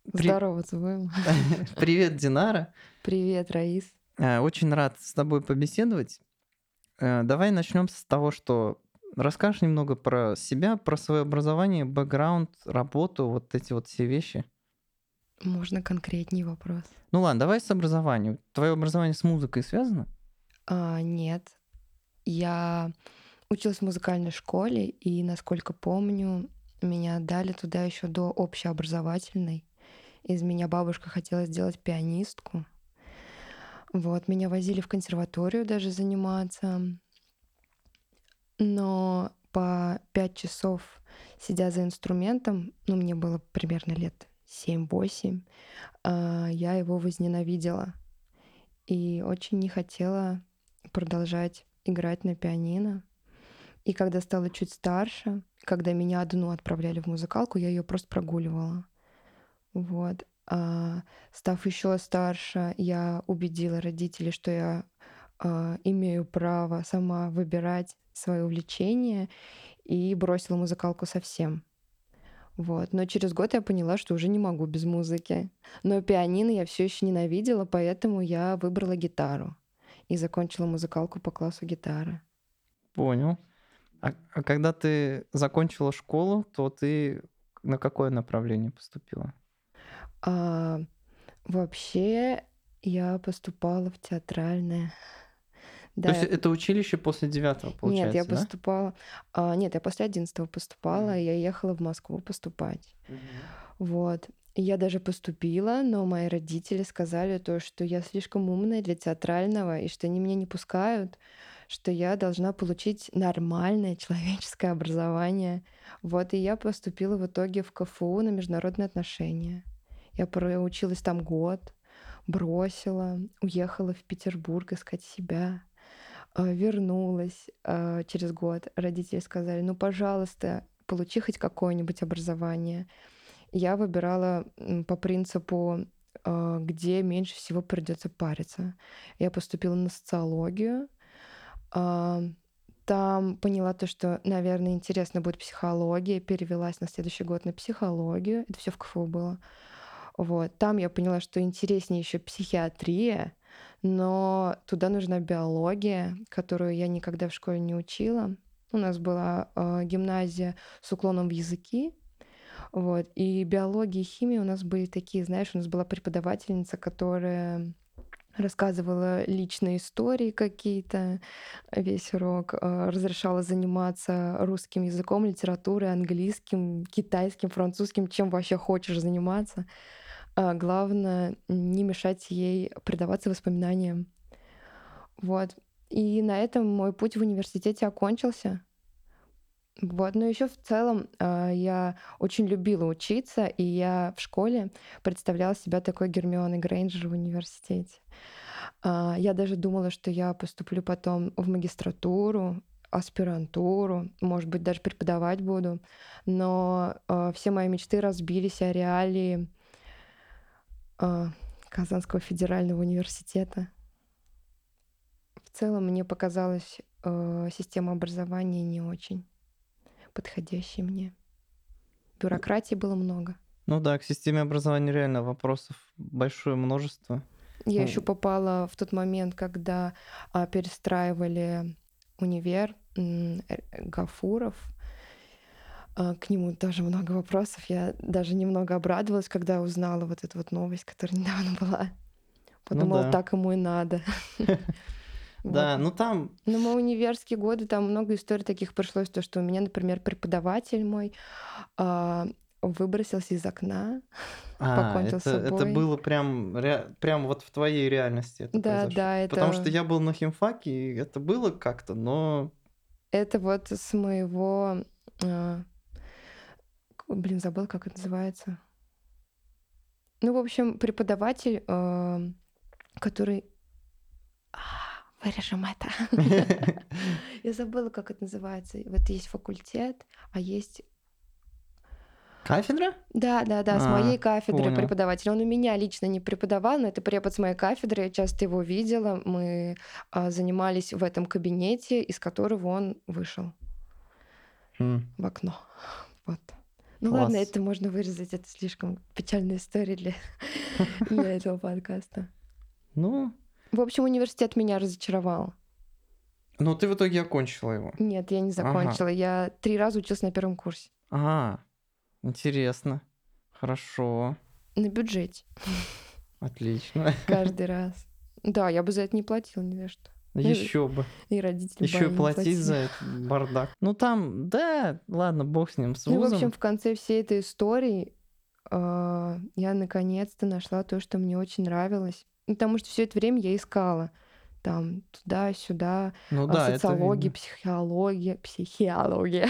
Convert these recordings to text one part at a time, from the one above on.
При- Здороваться будем. Привет, Динара. Привет, Раис. Очень рад с тобой побеседовать. Давай начнем с того, что расскажешь немного про себя, про свое образование, бэкграунд, работу, вот эти вот все вещи. Можно конкретней вопрос? Ну ладно, давай с образованием. Твое образование с музыкой связано? Нет. Я училась в музыкальной школе, и, насколько помню, меня отдали туда еще до общеобразовательной. Из меня бабушка хотела сделать пианистку. Вот, меня возили в консерваторию даже заниматься. Но по 5 часов, сидя за инструментом, ну, мне было примерно лет 7-8, я его возненавидела. И очень не хотела продолжать играть на пианино. И когда стала чуть старше, когда меня одну отправляли в музыкалку, я ее просто прогуливала. Вот. Став еще старше, я убедила родителей, что я имею право сама выбирать свое увлечение, и бросила музыкалку совсем. Вот. Но через год я поняла, что уже не могу без музыки. Но пианино я все еще ненавидела, поэтому я выбрала гитару и закончила музыкалку по классу гитары. Понял. А когда ты закончила школу, то ты на какое направление поступила? А, Вообще я поступала в театральное. То Да, есть это училище после 9 нет, я получается, да? поступала. Нет, я после 11 поступала, и я ехала в Москву поступать. Мгм. Вот. И я даже поступила, но мои родители сказали то, что я слишком умная для театрального, и что они меня не пускают, что я должна получить нормальное человеческое образование. Вот, и я поступила в итоге в КФУ на международные отношения. Я проучилась там год, бросила, уехала в Петербург искать себя, вернулась через год. Родители сказали: ну, пожалуйста, получи хоть какое-нибудь образование. Я выбирала по принципу, где меньше всего придется париться. Я поступила на социологию. а, Там поняла то, что, наверное, интересно будет психология. Перевелась на следующий год на психологию. Это все в КФУ было. Вот. Там я поняла, что интереснее еще психиатрия, но туда нужна биология, которую я никогда в школе не учила. У нас была гимназия с уклоном в языки, вот. И биология и химия у нас были такие, знаешь, у нас была преподавательница, которая рассказывала личные истории какие-то весь урок, разрешала заниматься русским языком, литературой, английским, китайским, французским, чем вообще хочешь заниматься. Главное не мешать ей предаваться воспоминаниям. Вот. И на этом мой путь в университете окончился. Вот, но еще в целом я очень любила учиться, и я в школе представляла себя такой Гермионой Грейнджер в университете. Я даже думала, что я поступлю потом в магистратуру, аспирантуру, может быть, даже преподавать буду. Но все мои мечты разбились о реалии а, Казанского федерального университета. В целом мне показалась система образования не очень подходящей мне. Бюрократии было много. Ну да, к системе образования реально вопросов большое множество. Я еще Ну, попала в тот момент, когда перестраивали универ Гафуров. К нему тоже много вопросов. Я даже немного обрадовалась, когда узнала вот эту вот новость, которая недавно была. ну Подумала, да. так ему и надо. Вот. Да, ну там... Но мои универские годы, там много историй таких пришлось, то, что у меня, например, преподаватель мой а, выбросился из окна, покончил с Это собой. было прям, прям вот в твоей реальности это Да, произошло. да, Потому что это я был на химфаке, и это было как-то, но... Это вот с моего, а, блин, забыла, как это называется. Ну, в общем, преподаватель, который а, вырежем это. Я забыла, как это называется. Вот есть факультет, а есть Кафедра? да, с моей кафедры Понял. преподаватель. Он у меня лично не преподавал, но это препод с моей кафедры. Я часто его видела. Мы занимались в этом кабинете, из которого он вышел Хм. в окно. Вот. Ну ладно, Класс. это можно вырезать, это слишком печальная история для, для этого подкаста. Ну, В общем, университет меня разочаровал. ну ты в итоге окончила его. Нет, я не Ага. закончила. Я 3 раза училась на первом курсе. А, интересно. Хорошо. На бюджете. Отлично. Каждый раз. Да, я бы за это не платила ни за что. Ну, Еще бы. и родители бы Еще и не платить за платили. этот бардак. Ну там, да, ладно, бог с ним, с Ну, в общем, вузом. в конце всей этой истории я наконец-то нашла то, что мне очень нравилось. Ну, потому что все это время я искала. Там туда-сюда, Ну да, это социология, видно. психология.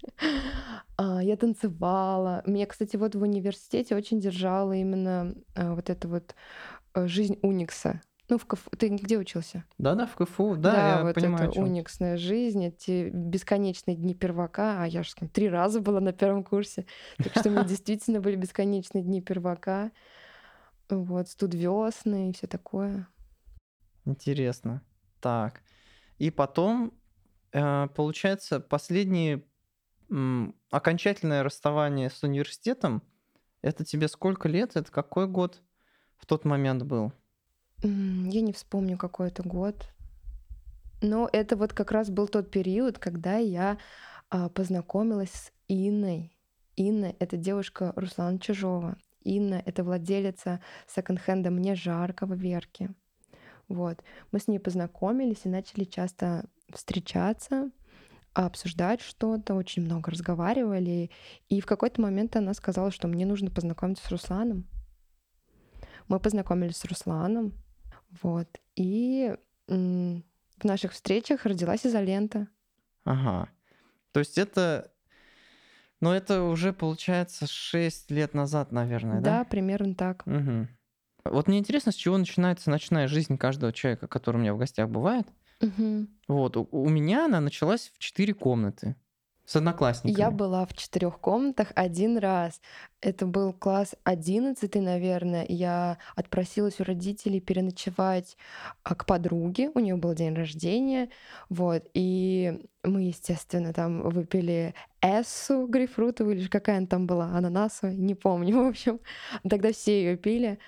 Я танцевала. Меня, кстати, вот в университете очень держала именно вот эта вот жизнь Уникса. Ну, ты где учился? Да-да, в КФУ, да, Да, я вот понимаю, эта о чем ты. униксная жизнь, эти бесконечные дни первака, а я же 3 раза была на первом курсе, так что у меня действительно были бесконечные дни первака, вот, студвесны и все такое. Интересно. Так. И потом, получается, последнее окончательное расставание с университетом, это тебе сколько лет? Это какой год в тот момент был? Я не вспомню, какой это год, но это вот как раз был тот период, когда я познакомилась с Инной. Инна — это девушка Руслана Чижова. Инна — это владелица секонд-хенда «Мне жарко» в Верке. Вот. Мы с ней познакомились и начали часто встречаться, обсуждать что-то, очень много разговаривали. И в какой-то момент она сказала, что мне нужно познакомиться с Русланом. Мы познакомились с Русланом, вот. И в наших встречах родилась изолента. Ага. То есть это, ну это уже получается 6 лет назад, наверное, да? Да, примерно так. Мгм. Вот мне интересно, с чего начинается ночная жизнь каждого человека, который у меня в гостях бывает. Мгм. Вот, у меня она началась в 4 комнаты с Я одноклассниками. была в 4 комнатах 1 раз. Это был класс 11, наверное. Я отпросилась у родителей переночевать к подруге. У нее был день рождения. Вот. И мы, естественно, там выпили эссу грейпфрутовую, или ж какая она там была, ананасовая, не помню, в общем. Тогда все ее пили.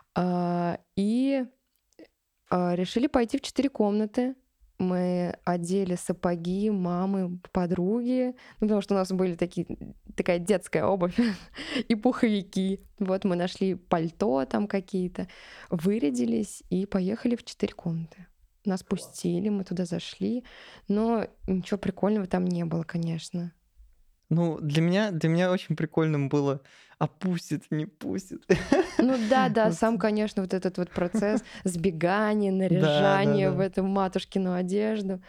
И решили пойти в 4 комнаты. Мы одели сапоги мамы, подруги, ну, потому что у нас были такая детская обувь и пуховики. Вот мы нашли пальто там какие-то, вырядились и поехали в 4 комнаты. Нас пустили, мы туда зашли, но ничего прикольного там не было, конечно. Ну, для меня очень прикольным было, а пустит, не пустит. Ну да, Вот. сам, конечно, вот этот вот процесс сбегания, Да, да, наряжания в да. эту матушкину одежду.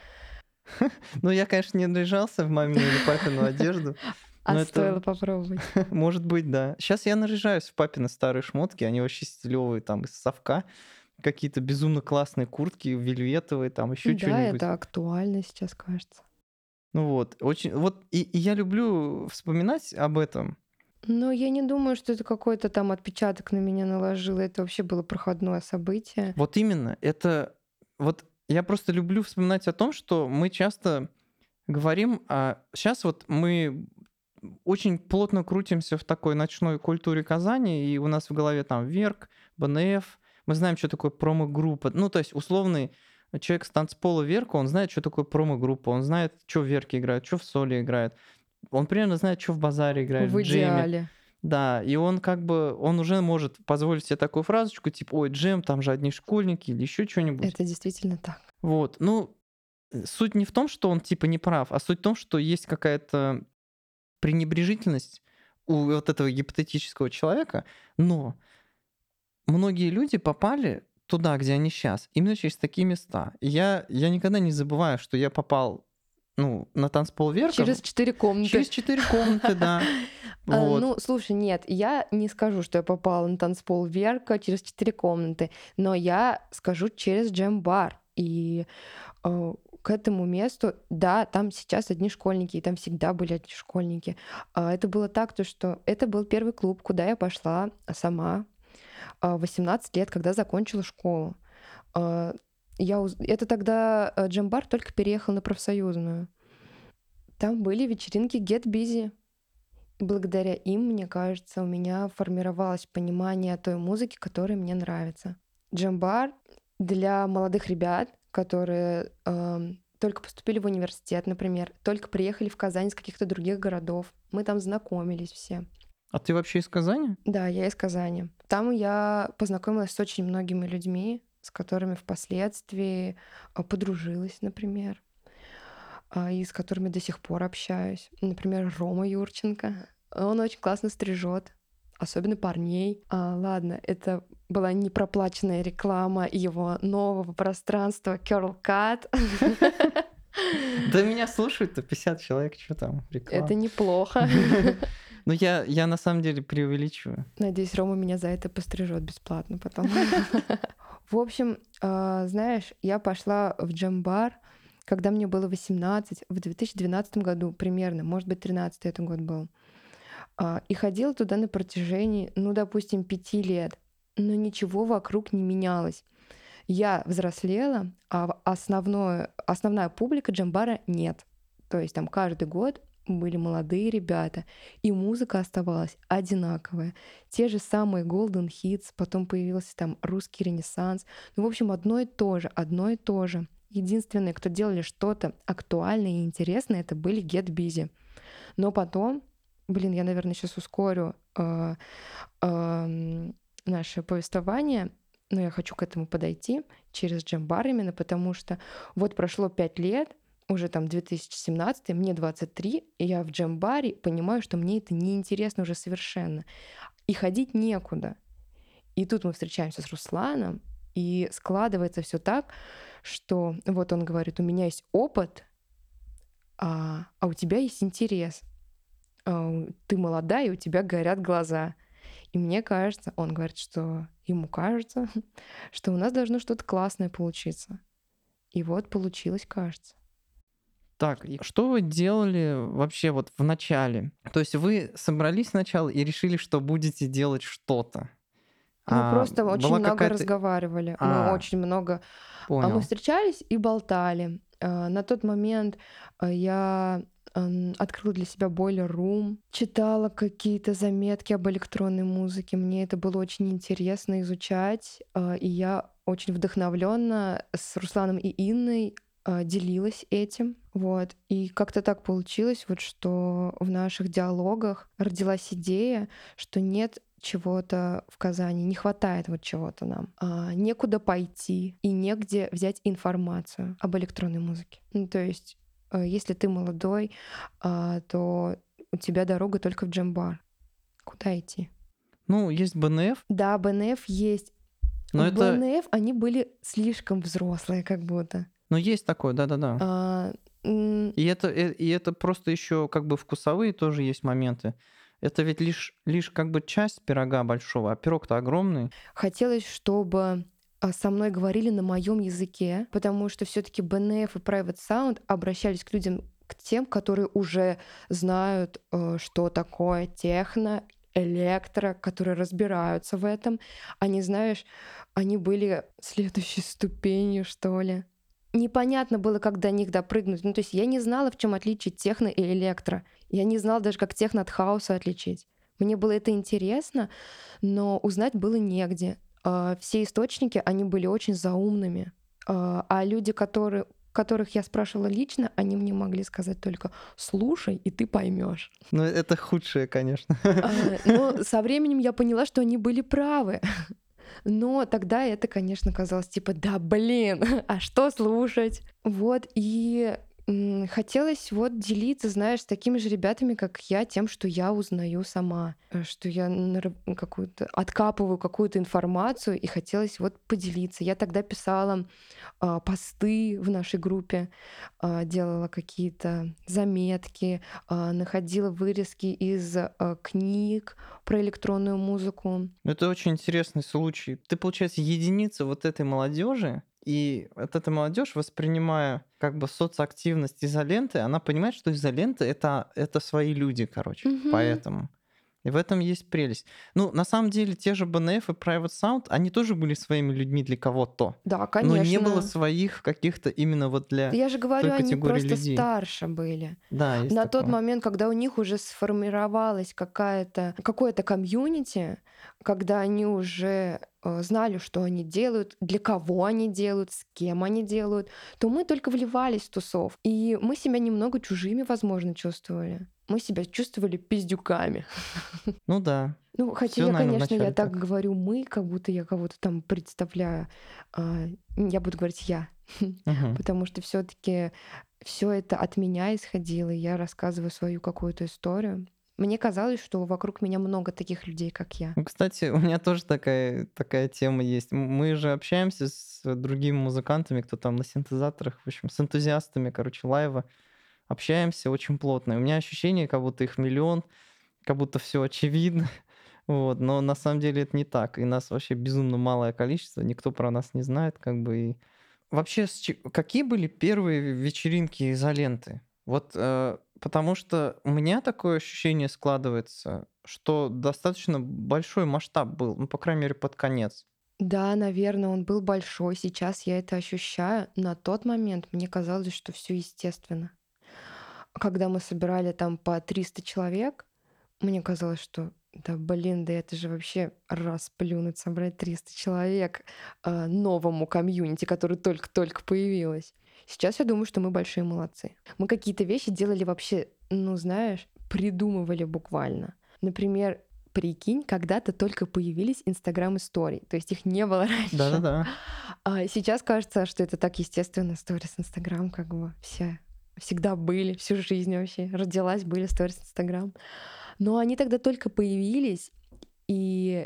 Ну, я, конечно, не наряжался в мамину или папину одежду, А но стоило это попробовать. может быть, да. Сейчас я наряжаюсь в папины старые шмотки, они вообще стилевые, там, из совка. Какие-то безумно классные куртки, вельветовые, там, еще Да, что-нибудь. это актуально сейчас, кажется. Ну вот, очень... Вот, и я люблю вспоминать об этом. Но я не думаю, что это какой-то там отпечаток на меня наложило. Это вообще было проходное событие. Вот именно, это... Вот я просто люблю вспоминать о том, что мы часто говорим, а сейчас вот мы очень плотно крутимся в такой ночной культуре Казани, и у нас в голове там Верк, БНФ, мы знаем, что такое промо-группа. Ну, то есть условный человек с танцпола Верка, он знает, что такое промо-группа, он знает, что в Верке играют, что в Соле играют. Он примерно знает, что в Базаре играет, в В Джеме. идеале. Да, и он как бы, он уже может позволить себе такую фразочку, типа, ой, Джем, там же одни школьники или еще что-нибудь. Это действительно так. Вот, ну, суть не в том, что он типа не прав, а суть в том, что есть какая-то пренебрежительность у вот этого гипотетического человека, но многие люди попали туда, где они сейчас, именно через такие места. И я никогда не забываю, что я попал, ну, на танцпол Верка Через 4 комнаты. через 4 комнаты, да. Вот. Ну, слушай, нет, я не скажу, что я попала на танцпол Верка через 4 комнаты, но я скажу через джем-бар. И к этому месту, да, там сейчас одни школьники, и там всегда были одни школьники. Это было так, то, что это был первый клуб, куда я пошла сама в 18 лет, когда закончила школу. А, Это тогда джем-бар только переехал на профсоюзную. Там были вечеринки Get Busy. благодаря им, мне кажется, у меня формировалось понимание той музыки, которая мне нравится. Джамбар для молодых ребят, которые только поступили в университет, например, только приехали в Казань из каких-то других городов. Мы там знакомились все. А ты вообще из Казани? Да, я из Казани. Там я познакомилась с очень многими людьми, с которыми впоследствии подружилась, например, и с которыми до сих пор общаюсь. Например, Рома Юрченко. Он очень классно стрижет, особенно парней. Ладно, это была непроплаченная реклама его нового пространства Curl Cut. Да меня слушают-то 50 человек, что там, Это реклама. неплохо. Ну, я на самом деле преувеличиваю. Надеюсь, Рома меня за это пострижет бесплатно потом. В общем, знаешь, я пошла в джем-бар, когда мне было 18, в 2012 году примерно, может быть, 13 это год был. И ходила туда на протяжении, ну, допустим, 5 лет. Но ничего вокруг не менялось. Я взрослела, а основная публика джембара нет. То есть там каждый год были молодые ребята, и музыка оставалась одинаковая. Те же самые Golden Hits, потом появился там русский ренессанс. Ну, в общем, одно и то же, одно и то же. Единственные, кто делали что-то актуальное и интересное, это были Get Busy. Но потом, я, наверное, сейчас ускорю наше повествование, но я хочу к этому подойти через джембар именно, потому что вот прошло 5 лет, уже там 2017, мне 23, и я в джембаре понимаю, что мне это неинтересно уже совершенно. И ходить некуда. И тут мы встречаемся с Русланом, и складывается все так, что вот он говорит, у меня есть опыт, а у тебя есть интерес. Ты молодая, и у тебя горят глаза. И мне кажется, он говорит, что ему кажется, что у нас должно что-то классное получиться. И вот получилось, кажется. Так, и что вы делали вообще вот в начале? То есть вы собрались сначала и решили, что будете делать что-то? Мы просто очень Была много какая-то... разговаривали. Мы очень много... Мы Понял. встречались и болтали. На тот момент я открыла для себя Boiler Room, читала какие-то заметки об электронной музыке. Мне это было очень интересно изучать. И я очень вдохновленно с Русланом и Инной делилась этим. Вот. И как-то так получилось, вот, что в наших диалогах родилась идея, что нет чего-то в Казани, не хватает вот чего-то нам. Некуда пойти и негде взять информацию об электронной музыке. Ну, то есть, если ты молодой, то у тебя дорога только в джембар. Куда идти? Ну, есть БНФ. Да, БНФ есть. Но В это... БНФ они были слишком взрослые, как будто. Ну, есть такое, да-да-да. И это просто еще как бы вкусовые тоже есть моменты. Это ведь лишь как бы часть пирога большого, а пирог-то огромный. Хотелось, чтобы со мной говорили на моем языке, потому что все-таки БНФ и Private Sound обращались к людям, к тем, которые уже знают, что такое техно, электро, которые разбираются в этом. Они, знаешь, они были следующей ступенью, что ли. Непонятно было, как до них допрыгнуть. Ну, то есть я не знала, в чем отличить техно и электро. Я не знала даже, как техно от хаоса отличить. Мне было это интересно, но узнать было негде. Все источники, они были очень заумными. А люди, которых я спрашивала лично, они мне могли сказать только «слушай, и ты поймешь». Ну, это худшее, конечно. Но со временем я поняла, что они были правы. Но тогда это, конечно, казалось типа, да блин, а что слушать? Вот, и хотелось вот делиться, знаешь, с такими же ребятами, как я, тем, что я узнаю сама, что я откапываю какую-то информацию, и хотелось вот поделиться. Я тогда писала посты в нашей группе, делала какие-то заметки, находила вырезки из книг про электронную музыку. Это очень интересный случай. Ты, получается, единица вот этой молодежи, и вот эта молодежь, воспринимая как бы соцактивность изоленты, она понимает, что изолента это свои люди, короче. Мгм. Поэтому. И в этом есть прелесть. Ну, на самом деле, те же BNF и Private Sound, они тоже были своими людьми для кого-то. Да, Но не было конечно. своих каких-то именно вот для Я же той говорю, они категории просто людей. старше были. Да, есть На тот такое. момент, когда у них уже сформировалось какое-то комьюнити, когда они уже знали, что они делают, для кого они делают, с кем они делают, то мы только вливались в тусов. И мы себя немного чужими, возможно, чувствовали. Мы себя чувствовали пиздюками. Ну да. Ну, хотя Все, я, наверное, конечно, я вначале так так. говорю мы, как будто я кого-то там представляю. Я буду говорить я, Мгм. потому что все-таки все это от меня исходило, и я рассказываю свою какую-то историю. Мне казалось, что вокруг меня много таких людей, как я. Ну, кстати, у меня тоже такая тема есть. Мы же общаемся с другими музыкантами, кто там на синтезаторах, в общем, с энтузиастами, короче, лайва. Общаемся очень плотно. И у меня ощущение, как будто их миллион, как будто все очевидно. Вот. Но на самом деле это не так. И нас вообще безумно малое количество, никто про нас не знает, как бы. И вообще, какие были первые вечеринки изоленты? Вот потому что у меня такое ощущение складывается, что достаточно большой масштаб был, ну, по крайней мере, под конец. Да, наверное, он был большой. Сейчас я это ощущаю. На тот момент мне казалось, что все естественно. Когда мы собирали там по 300 человек, мне казалось, что да блин, да это же вообще расплюнуть, собрать 300 человек новому комьюнити, которое только-только появилось. Сейчас я думаю, что мы большие молодцы. Мы какие-то вещи делали вообще, ну знаешь, придумывали буквально. Например, прикинь, когда-то только появились Инстаграм истории, то есть их не было раньше. Да-да-да. А сейчас кажется, что это так естественно, сторис Инстаграм, как бы всегда были, всю жизнь вообще. Родилась, были сторис Инстаграм. Но они тогда только появились, и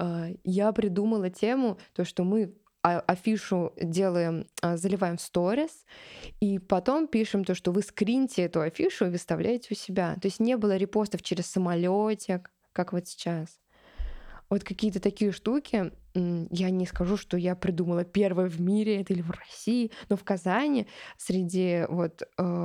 я придумала тему, то, что мы афишу делаем, заливаем в сторис, и потом пишем то, что вы скриньте эту афишу и выставляете у себя. То есть не было репостов через самолетик, как вот сейчас. Вот какие-то такие штуки. Я не скажу, что я придумала первое в мире это или в России, но в Казани среди вот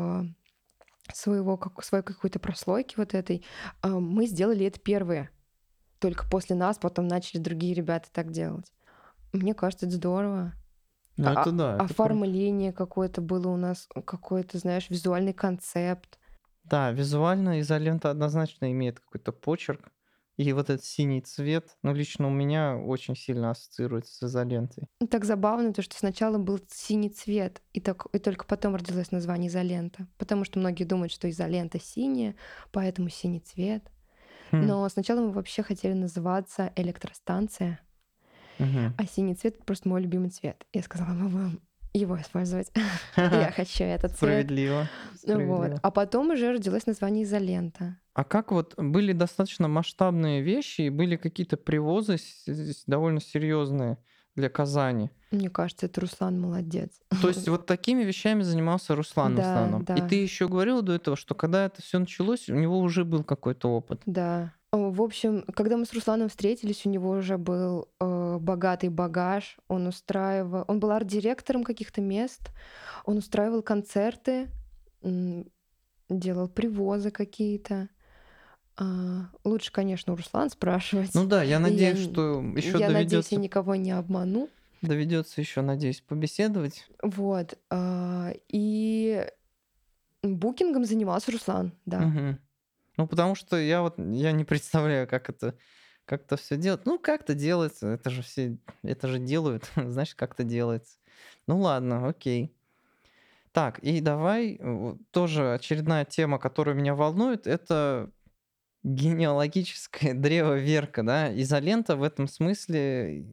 своей какой-то прослойки вот этой мы сделали это первые. Только после нас потом начали другие ребята так делать. Мне кажется, это здорово. Ну это да, это круто. Оформление какое-то было у нас, какой-то, знаешь, визуальный концепт. Да, визуально изолента однозначно имеет какой-то почерк. И вот этот синий цвет, ну, лично у меня очень сильно ассоциируется с изолентой. Так забавно, то, что сначала был синий цвет, и только потом родилось название изолента. Потому что многие думают, что изолента синяя, поэтому синий цвет. Хм, Но сначала мы вообще хотели называться электростанция, мгм. а синий цвет — это просто мой любимый цвет. Я сказала, мы будем его использовать. Я хочу этот цвет. Справедливо, Вот. справедливо. А потом уже родилось название изолента. А как вот были достаточно масштабные вещи и были какие-то привозы довольно серьезные для Казани? Мне кажется, это Руслан молодец. То есть вот такими вещами занимался Руслан в Да, основном. И ты да, еще говорил до этого, что когда это все началось, у него уже был какой-то опыт. да. В общем, когда мы с Русланом встретились, у него уже был богатый багаж. Он был арт-директором каких-то мест, он устраивал концерты, м, делал привозы какие-то. Лучше, конечно, у Руслана Ну спрашивать. да, я И надеюсь, что еще я надеюсь, я доведется, никого не обману. доведется еще, надеюсь, побеседовать. Вот. И букингом занимался Руслан, да. Мгм. Ну, потому что я не представляю, как это все делать. Ну, как-то делается, это же делают, значит, как-то делается. Ну ладно, окей. Так, и давай, тоже очередная тема, которая меня волнует, это генеалогическое древо Верка, да. Изолента в этом смысле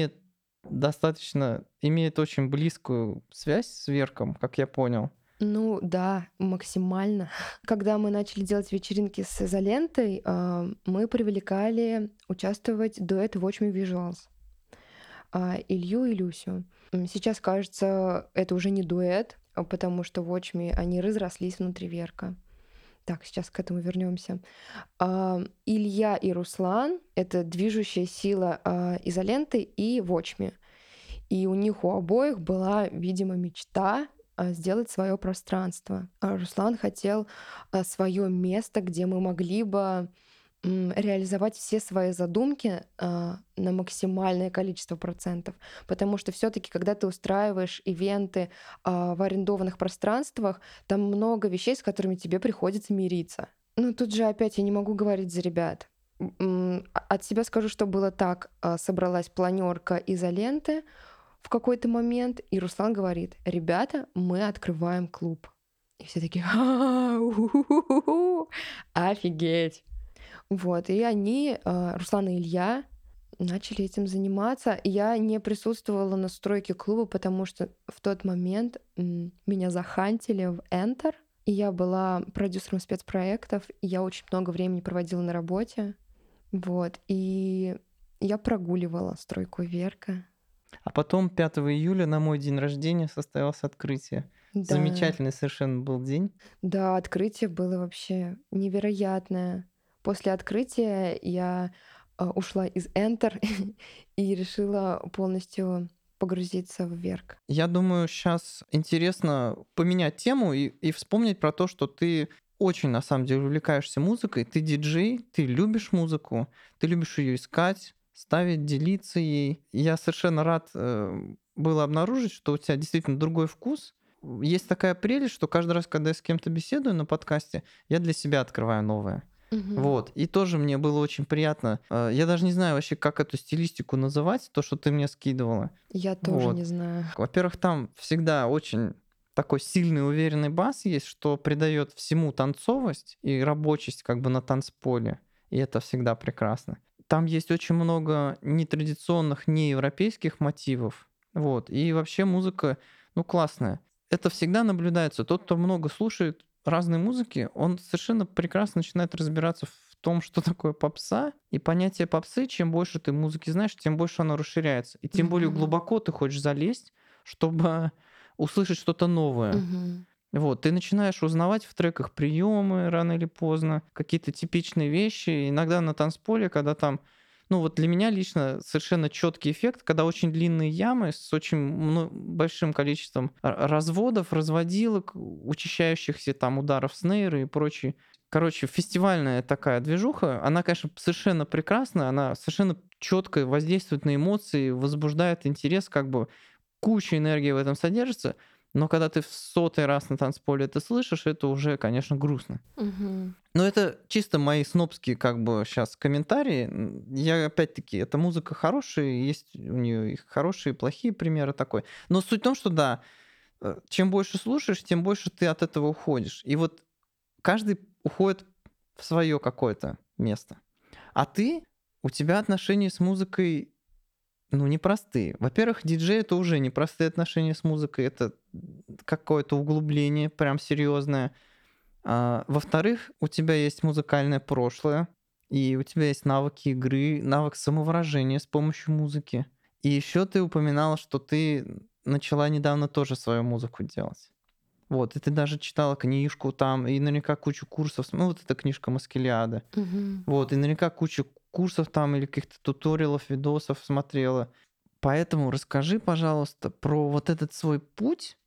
имеет очень близкую связь с Верком, как я понял. Ну да, максимально. Когда мы начали делать вечеринки с изолентой, мы привлекали участвовать дуэт Watch Me Visuals. Илью и Люсю. Сейчас, кажется, это уже не дуэт, потому что Watch Me, они разрослись внутри Верка. Так, сейчас к этому вернемся. Илья и Руслан — это движущая сила изоленты и Watch Me. И у них у обоих была, видимо, мечта сделать свое пространство. Руслан хотел свое место, где мы могли бы реализовать все свои задумки на максимальное количество процентов. Потому что все-таки, когда ты устраиваешь ивенты в арендованных пространствах, там много вещей, с которыми тебе приходится мириться. Ну, тут же опять я не могу говорить за ребят. От себя скажу, что было так. Собралась планерка изоленты в какой-то момент, и Руслан говорит: ребята, мы открываем клуб. И все такие: офигеть. Вот, и они, Руслан и Илья, начали этим заниматься. И я не присутствовала на стройке клуба, потому что в тот момент меня захантили в Enter, и я была продюсером спецпроектов, и я очень много времени проводила на работе. Вот, и я прогуливала стройку Верка. А потом 5 июля на мой день рождения состоялось открытие. Да, Замечательный совершенно был день. да, открытие было вообще невероятное. После открытия я ушла из Enter и решила полностью погрузиться в Верк. Я думаю, сейчас интересно поменять тему и вспомнить про то, что ты очень на самом деле увлекаешься музыкой, ты диджей, ты любишь музыку, ты любишь ее искать, ставить, делиться ей. Я совершенно рад было обнаружить, что у тебя действительно другой вкус. Есть такая прелесть, что каждый раз, когда я с кем-то беседую на подкасте, я для себя открываю новое. Мгм. Вот. И тоже мне было очень приятно. Я даже не знаю вообще, как эту стилистику называть, то, что ты мне скидывала. Я тоже не Вот. знаю. Во-первых, там всегда очень такой сильный, уверенный бас есть, что придает всему танцовость и рабочесть как бы на танцполе. И это всегда прекрасно. Там есть очень много нетрадиционных, неевропейских мотивов. Вот. И вообще музыка, ну, классная. Это всегда наблюдается. Тот, кто много слушает разной музыки, он совершенно прекрасно начинает разбираться в том, что такое попса. И понятие попсы, чем больше ты музыки знаешь, тем больше оно расширяется. И тем более Мгм. глубоко ты хочешь залезть, чтобы услышать что-то новое. Мгм. Вот, ты начинаешь узнавать в треках приемы рано или поздно, какие-то типичные вещи. Иногда на танцполе, когда там, ну вот для меня лично совершенно четкий эффект, когда очень длинные ямы с очень большим количеством разводов, разводилок, учащающихся там ударов снейра и прочее. Короче, фестивальная такая движуха, она, конечно, совершенно прекрасная, она совершенно четко воздействует на эмоции, возбуждает интерес, как бы куча энергии в этом содержится, но когда ты в сотый раз на танцполе это слышишь, это уже, конечно, грустно. Мгм. Но это чисто мои снобские, как бы, сейчас комментарии. Я, опять-таки, эта музыка хорошая, есть у нее и хорошие, и плохие примеры такой. Но суть в том, что да, чем больше слушаешь, тем больше ты от этого уходишь. И вот каждый уходит в свое какое-то место. А ты, у тебя отношения с музыкой, ну, непростые. Во-первых, диджей — это уже непростые отношения с музыкой, это какое-то углубление прям серьезное. Во-вторых, у тебя есть музыкальное прошлое, и у тебя есть навыки игры, навык самовыражения с помощью музыки. И еще ты упоминала, что ты начала недавно тоже свою музыку делать. Вот, и ты даже читала книжку там, и наверняка кучу курсов. Ну, вот эта книжка Маскелиада. Мгм. Вот, и наверняка кучу курсов там или каких-то туториалов, видосов смотрела. Поэтому расскажи, пожалуйста, про вот этот свой путь.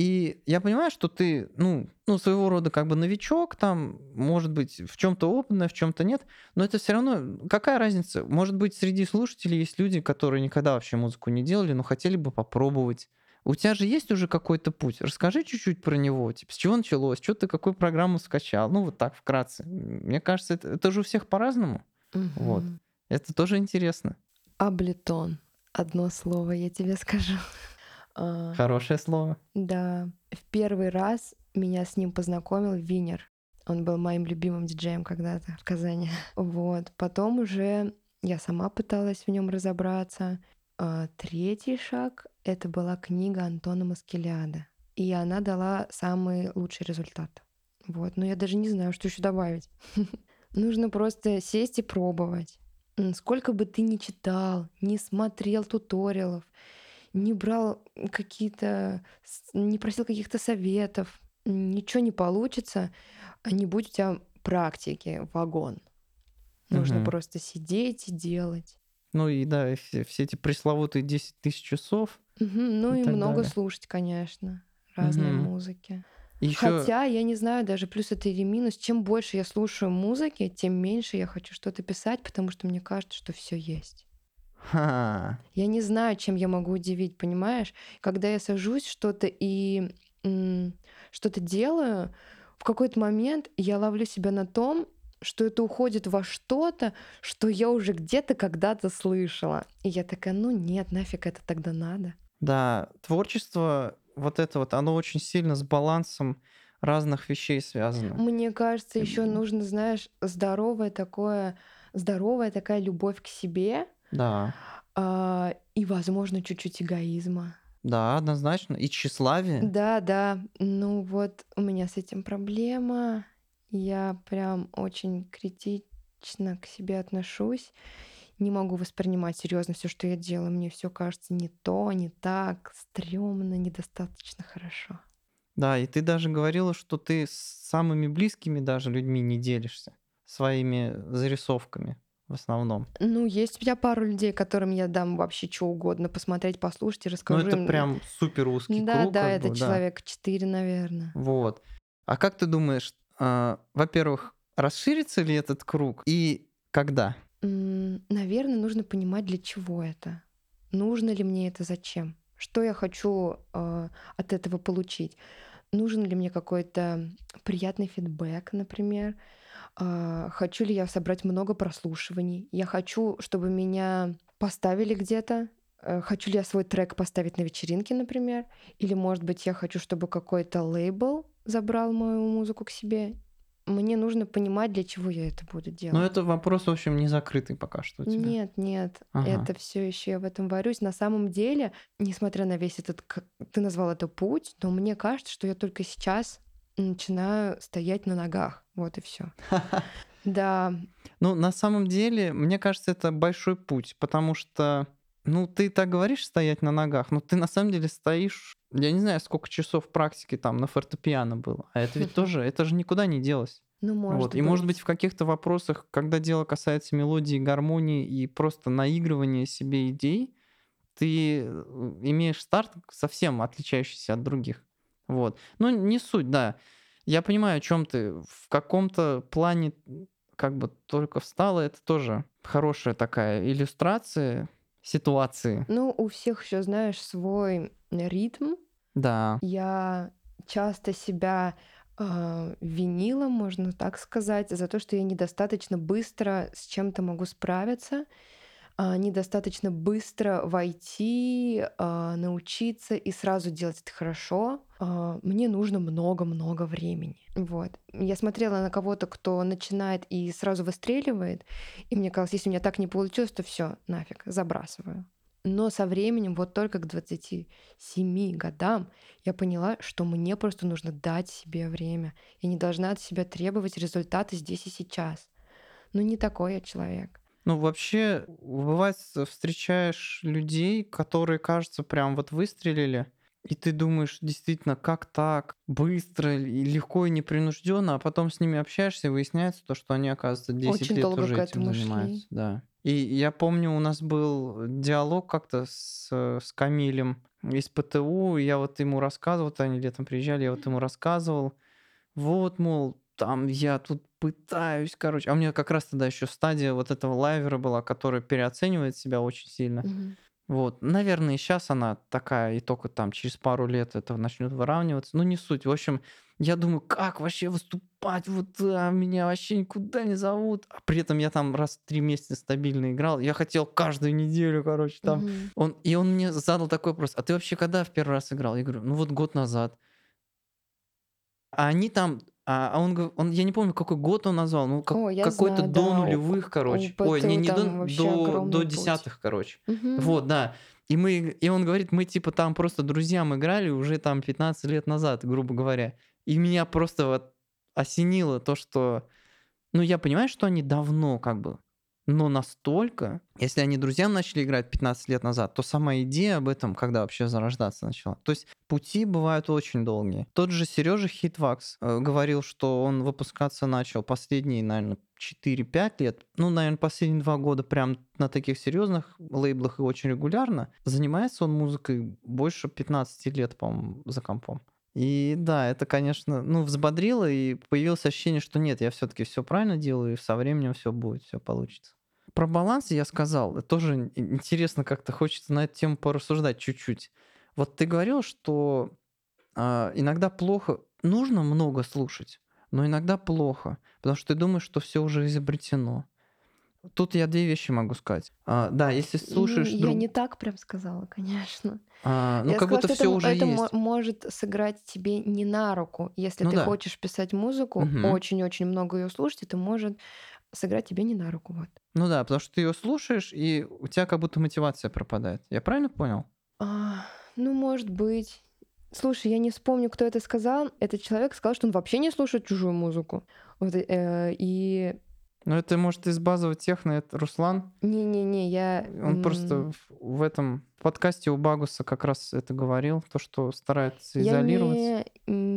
И я понимаю, что ты, ну, своего рода как бы новичок, там, может быть, в чем-то опытная, в чем-то нет, но это все равно, какая разница? Может быть, среди слушателей есть люди, которые никогда вообще музыку не делали, но хотели бы попробовать. У тебя же есть уже какой-то путь. Расскажи чуть-чуть про него. Типа, с чего началось? Что ты, какую программу скачал? Ну, вот так, вкратце. Мне кажется, это же у всех по-разному. Вот. Мгм. Это тоже интересно. Аблетон. Одно слово я тебе скажу. А, Хорошее слово. да, в первый раз меня с ним познакомил Винер. Он был моим любимым диджеем когда-то в Казани. Вот. Потом уже я сама пыталась в нем разобраться. Третий шаг — это была книга Антона Маскеляда. И она дала самый лучший результат. Вот. Но я даже не знаю, что еще добавить. Нужно просто сесть и пробовать. Сколько бы ты ни читал, не смотрел туториалов, не брал какие-то, не просил каких-то советов, ничего не получится, не будь у тебя практики, вагон. Нужно Мгм. просто сидеть и делать. Ну и да, и все эти пресловутые 10 000 часов Ну и и так много далее. слушать, конечно, разной Мгм. музыки. И еще, Хотя я не знаю даже, плюс это или минус. Чем больше я слушаю музыки, тем меньше я хочу что-то писать, потому что мне кажется, что все есть. ха, Я не знаю, чем я могу удивить, понимаешь? Когда я сажусь что-то и м, что-то делаю, в какой-то момент я ловлю себя на том, что это уходит во что-то, что я уже где-то когда-то слышала. И я такая, ну нет, нафиг это тогда надо. да, творчество, вот это вот, оно очень сильно с балансом разных вещей связано. Мне кажется, еще Эм, нужно, знаешь, здоровая такая любовь к себе, Да, и, возможно, чуть-чуть эгоизма. да, однозначно. И тщеславие. Да, да, ну вот у меня с этим проблема. Я прям очень критично к себе отношусь. Не могу воспринимать серьезно все, что я делаю. Мне все кажется не то, не так, стрёмно, недостаточно хорошо. Да, и ты даже говорила, что ты с самыми близкими даже людьми не делишься своими зарисовками в основном. Ну, есть у меня пару людей, которым я дам вообще что угодно посмотреть, послушать и Но расскажу это им. прям супер узкий круг, Да-да, как это бы, да. человек 4, наверное. Вот. А как ты думаешь, во-первых, расширится ли этот круг и когда? Наверное, нужно понимать, для чего это. Нужно ли мне это, зачем? Что я хочу от этого получить? Нужен ли мне какой-то приятный фидбэк, например? Хочу ли я собрать много прослушиваний? Я хочу, чтобы меня поставили где-то. Хочу ли я свой трек поставить на вечеринке, например? Или, может быть, я хочу, чтобы какой-то лейбл забрал мою музыку к себе? Мне нужно понимать, для чего я это буду Ну, делать. это вопрос, в общем, не закрытый пока что у тебя. Нет, нет, Ага. это все еще я в этом варюсь. На самом деле, несмотря на весь этот, ты назвал это путь, но мне кажется, что я только сейчас начинаю стоять на ногах. Вот и все. Да, Ну, на самом деле, мне кажется, это большой путь, потому что, ну, ты так говоришь стоять на ногах, но ты на самом деле стоишь, я не знаю, сколько часов практики там на фортепиано было, а это ведь тоже, это же никуда не делось. ну, может Вот. И, может быть, быть. в каких-то вопросах, когда дело касается мелодии, гармонии и просто наигрывания себе идей, ты имеешь старт совсем отличающийся от других. Вот. Ну, не суть, да. Я понимаю, о чем ты. В каком-то плане как бы только встала, это тоже хорошая такая иллюстрация ситуации. Ну, у всех еще, знаешь, свой ритм. Да. Я часто себя винила, можно так сказать, за то, что я недостаточно быстро с чем-то могу справиться, недостаточно быстро войти, научиться и сразу делать это хорошо. Мне нужно много-много времени. Вот. Я смотрела на кого-то, кто начинает и сразу выстреливает, и мне казалось, если у меня так не получилось, то все, нафиг, забрасываю. Но со временем, вот только к 27 годам, я поняла, что мне просто нужно дать себе время. Я не должна от себя требовать результаты здесь и сейчас. Ну, не такой я человек. Ну, вообще, бывает, встречаешь людей, которые, кажется, прям вот выстрелили, и ты думаешь, действительно, как так? Быстро и легко и непринужденно, а потом с ними общаешься, и выясняется то, что они, оказывается, 10 Очень лет долго к уже этим этому шли. занимаются. Да. И я помню, у нас был диалог как-то с Камилем из ПТУ, и я вот ему рассказывал, вот они летом приезжали, я вот ему рассказывал, вот, мол, там я тут пытаюсь, короче. А у меня как раз тогда еще стадия вот этого лайвера была, который переоценивает себя очень сильно. Мгм. Вот. Наверное, и сейчас она такая, и только там через пару лет это начнет выравниваться. Ну, не суть. В общем, я думаю, как вообще выступать? Вот меня вообще никуда не зовут. А при этом я там раз в 3 месяца стабильно играл. Я хотел каждую неделю, короче, там. Мгм. Он мне задал такой вопрос. А ты вообще когда в первый раз играл? Я говорю, ну вот год назад. А они там, он, я не помню, какой год он назвал, ну, О, я какой-то знаю, до да, нулевых, у короче. Ой, ПТУ не там вообще до огромный путь. десятых, короче. Мгм. Вот, да. И он говорит, мы типа там просто друзьям играли уже там 15 лет назад, грубо говоря. И меня просто вот осенило то, что ну, я понимаю, что они давно как бы, но настолько, если они друзьям начали играть 15 лет назад, то сама идея об этом когда вообще зарождаться начала? То есть пути бывают очень долгие. Тот же Сережа Хитвакс говорил, что он выпускаться начал последние, наверное, 4-5 лет. Ну, наверное, последние 2 года прям на таких серьезных лейблах и очень регулярно. Занимается он музыкой больше 15 лет, по-моему, за компом. И да, это, конечно, ну, взбодрило, и появилось ощущение, что нет, я все-таки все правильно делаю, и со временем все будет, все получится. Про баланс я сказал, это тоже интересно, как-то хочется на эту тему порассуждать чуть-чуть. Вот ты говорил, что иногда плохо, нужно много слушать, но иногда плохо, потому что ты думаешь, что все уже изобретено. Тут я две вещи могу сказать. Да, если Ну, слушаешь я друг... не так прям сказала, конечно. ну, Я как сказала, будто что все уже это есть. может сыграть тебе не на руку. Если Ну ты да. хочешь писать музыку, Мгм. очень-очень много ее слушать, это может сыграть тебе не на руку. Вот. Ну да, потому что ты ее слушаешь, и у тебя как будто мотивация пропадает. Я правильно понял? А, ну, может быть. Слушай, я не вспомню, кто это сказал. Этот человек сказал, что он вообще не слушает чужую музыку. Вот, и Ну, это, может, из базового техно, это Руслан. не-не-не, я... Он просто в этом подкасте у Багуса как раз это говорил, то, что старается Я изолироваться. не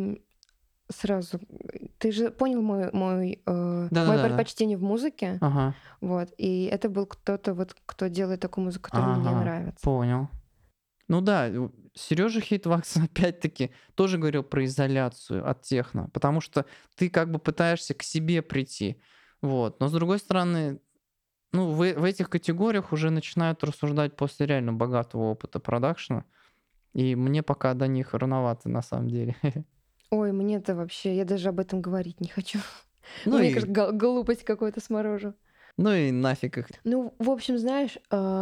сразу. Ты же понял мое Да-да-да. предпочтение в музыке, Ага. вот. И это был кто-то вот, кто делает такую музыку, которая мне Ага. нравится. Понял. Ну да, Сережа Хейтвакс опять-таки тоже говорил про изоляцию от техно, потому что ты как бы пытаешься к себе прийти. Вот. Но с другой стороны, ну, в этих категориях уже начинают рассуждать после реально богатого опыта продакшена. И мне пока до них рановато, на самом деле. Ой, мне-то вообще, я даже об этом говорить не хочу. Ну Мне и, кажется, глупость какой-то сморожу. ну и нафиг их. Ну, в общем, знаешь,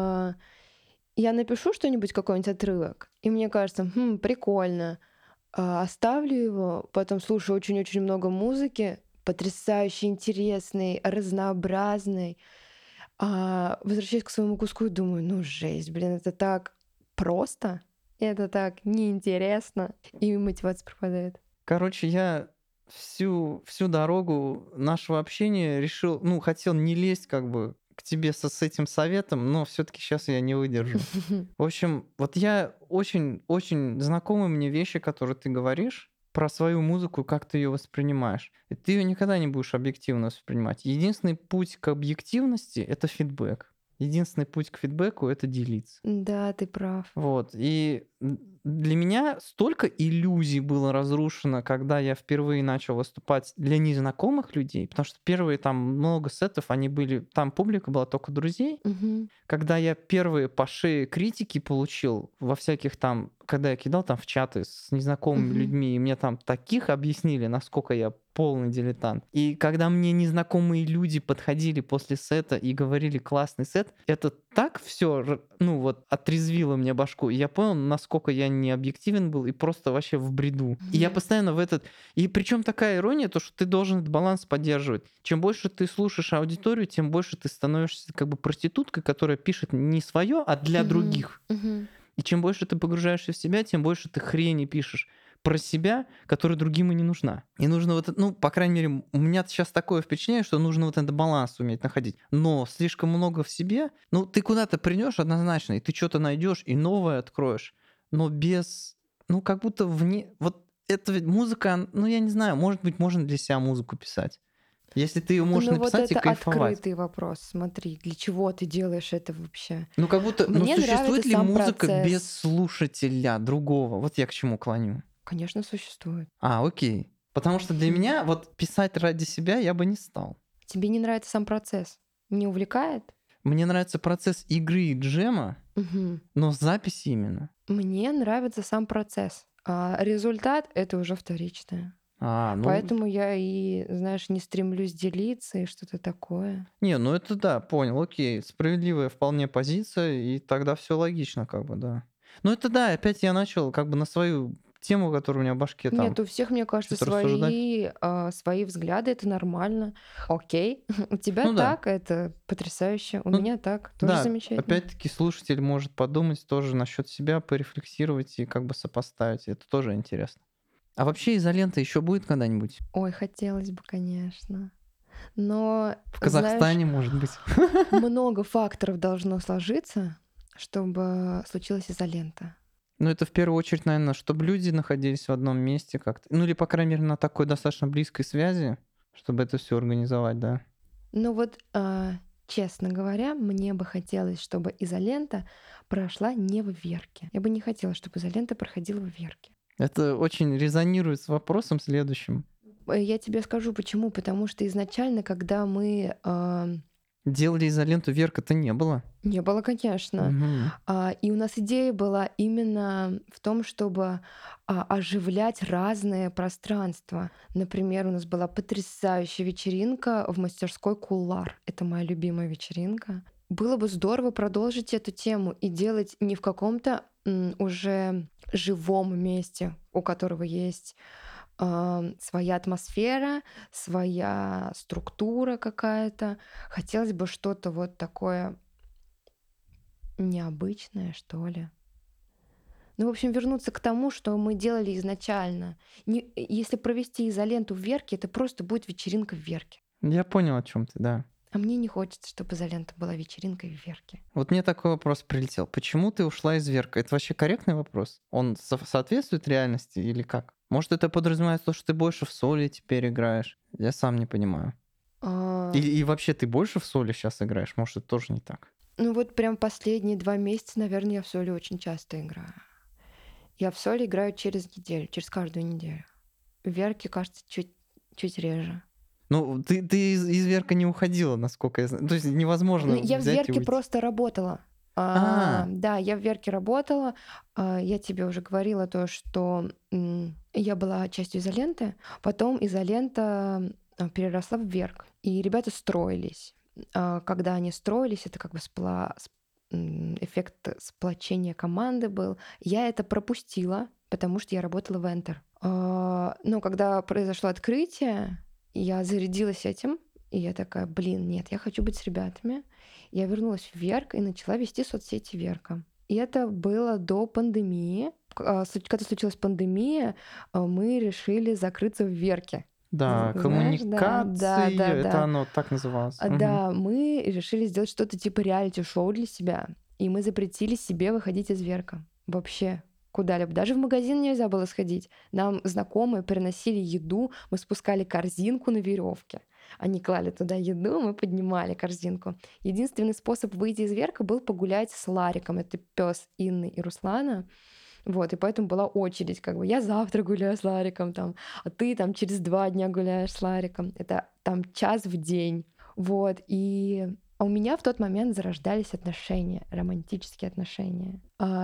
я напишу что-нибудь, какой-нибудь отрывок, и мне кажется, прикольно. Оставлю его, потом слушаю очень-очень много музыки, потрясающе интересной, разнообразной. Возвращаюсь к своему куску и думаю, ну жесть, блин, это так просто, это так неинтересно, и мотивация пропадает. Короче, я всю дорогу нашего общения решил, ну, хотел не лезть как бы к тебе с этим советом, но все-таки сейчас я не выдержу. В общем, вот я очень знакомы мне вещи, которые ты говоришь про свою музыку, как ты ее воспринимаешь. И ты ее никогда не будешь объективно воспринимать. Единственный путь к объективности — это фидбэк. Единственный путь к фидбэку — это делиться. Да, ты прав. Вот. И для меня столько иллюзий было разрушено, когда я впервые начал выступать для незнакомых людей, потому что первые там много сетов, они были, там публика была только друзей. Мгм. Когда я первые по шее критики получил во всяких там, когда я кидал там в чаты с незнакомыми Мгм. людьми, и мне там таких объяснили, насколько я полный дилетант. И когда мне незнакомые люди подходили после сета и говорили классный сет, это так все, ну вот, отрезвило мне башку. И я понял, насколько я не объективен был и просто вообще в бреду. И я Мгм. постоянно в этот... И причем такая ирония, то, что ты должен этот баланс поддерживать. Чем больше ты слушаешь аудиторию, тем больше ты становишься как бы проституткой, которая пишет не свое, а для Мгм. других. Мгм. И чем больше ты погружаешься в себя, тем больше ты хрени пишешь про себя, которая другим и не нужна. И нужно вот, ну, по крайней мере, у меня сейчас такое впечатление, что нужно вот этот баланс уметь находить. Но слишком много в себе, ну, ты куда-то придешь однозначно, и ты что-то найдешь, и новое откроешь, но без, ну, как будто вне, вот это ведь музыка, ну, я не знаю, может быть, можно для себя музыку писать. Если ты ее можешь Ну вот написать и это кайфовать. открытый вопрос. Смотри, для чего ты делаешь это вообще? Ну, как будто, ну, Мне нравится существует ли сам музыка без процесс. слушателя другого? Вот я к чему клоню. Конечно, существует. Окей. Потому что для Мгм. меня вот писать ради себя я бы не стал. Тебе не нравится сам процесс? Не увлекает? Мне нравится процесс игры и джема, Мгм. но записи именно. Мне нравится сам процесс, а результат — это уже вторичное. Ну, Поэтому я и, знаешь, не стремлюсь делиться и что-то такое. не, ну это да, понял, окей. Справедливая вполне позиция, и тогда все логично, как бы, да. Ну это да, опять я начал как бы на свою тему, которая у меня в башке там, Нет, у всех, мне кажется, что-то рассуждать. свои взгляды, это нормально. Окей, у тебя Ну да. так, это потрясающе, у Ну меня так, тоже да, замечательно. опять-таки слушатель может подумать тоже насчет себя, порефлексировать и как бы сопоставить. Это тоже интересно. А вообще изолента еще будет когда-нибудь? Ой, хотелось бы, конечно. Но, В знаешь, Казахстане, может быть? много факторов должно сложиться, чтобы случилась изолента. Ну, это в первую очередь, наверное, чтобы люди находились в одном месте как-то. Ну, или, по крайней мере, на такой достаточно близкой связи, чтобы это все организовать, да. Ну вот, честно говоря, мне бы хотелось, чтобы изолента прошла не в Верке. Я бы не хотела, чтобы изолента проходила в Верке. Это очень резонирует с вопросом следующим. Я тебе скажу почему. Потому что изначально, когда мы Делали изоленту, Верка-то не было. не было, конечно. Мгм. И у нас идея была именно в том, чтобы оживлять разные пространства. Например, у нас была потрясающая вечеринка в мастерской Кулар. Это моя любимая вечеринка. Было бы здорово продолжить эту тему и делать не в каком-то уже живом месте, у которого есть своя атмосфера, своя структура какая-то. Хотелось бы что-то вот такое необычное, что ли. Ну, в общем, вернуться к тому, что мы делали изначально. Если провести изоленту в Верке, это просто будет вечеринка в Верке. Я понял, о чем ты, да. А мне не хочется, чтобы изолента была вечеринкой в Верке. Вот мне такой вопрос прилетел. Почему ты ушла из Верка? Это вообще корректный вопрос? Он соответствует реальности или как? Может, это подразумевает то, что ты больше в соли теперь играешь? Я сам не понимаю. А, И вообще ты больше в соли сейчас играешь? Может, это тоже не так? Ну вот прям последние 2 месяца, наверное, я в соли очень часто играю. Я в соли играю через неделю, через каждую неделю. В Верке, кажется, чуть реже. Ну, ты из Верка не уходила, насколько я знаю. То есть Ну, невозможно я в взять и Верке уйти. просто работала. А, Да, я в Верке работала. Я тебе уже говорила то, что я была частью изоленты. Потом изолента переросла в Верк. И ребята строились. Когда они строились, это как бы эффект сплочения команды был. Я это пропустила, потому что я работала в Enter. Но когда произошло открытие, я зарядилась этим, и я такая, блин, нет, я хочу быть с ребятами. Я вернулась в Верк и начала вести соцсети Верка. И это было до пандемии. Когда случилась пандемия, мы решили закрыться в Верке. да, Знаешь, да, да, коммуникации, да, это да. оно так называлось. Мгм. Да, мы решили сделать что-то типа реалити-шоу для себя. И мы запретили себе выходить из Верка. Вообще куда-либо. Даже в магазин нельзя было сходить. Нам знакомые приносили еду, мы спускали корзинку на веревке. Они клали туда еду, мы поднимали корзинку. Единственный способ выйти из Верка был погулять с Лариком. Это пес Инны и Руслана. Вот, и поэтому была очередь, как бы я завтра гуляю с Лариком, там, а ты там через 2 дня гуляешь с Лариком. Это там час в день. Вот, у меня в тот момент зарождались отношения, романтические отношения.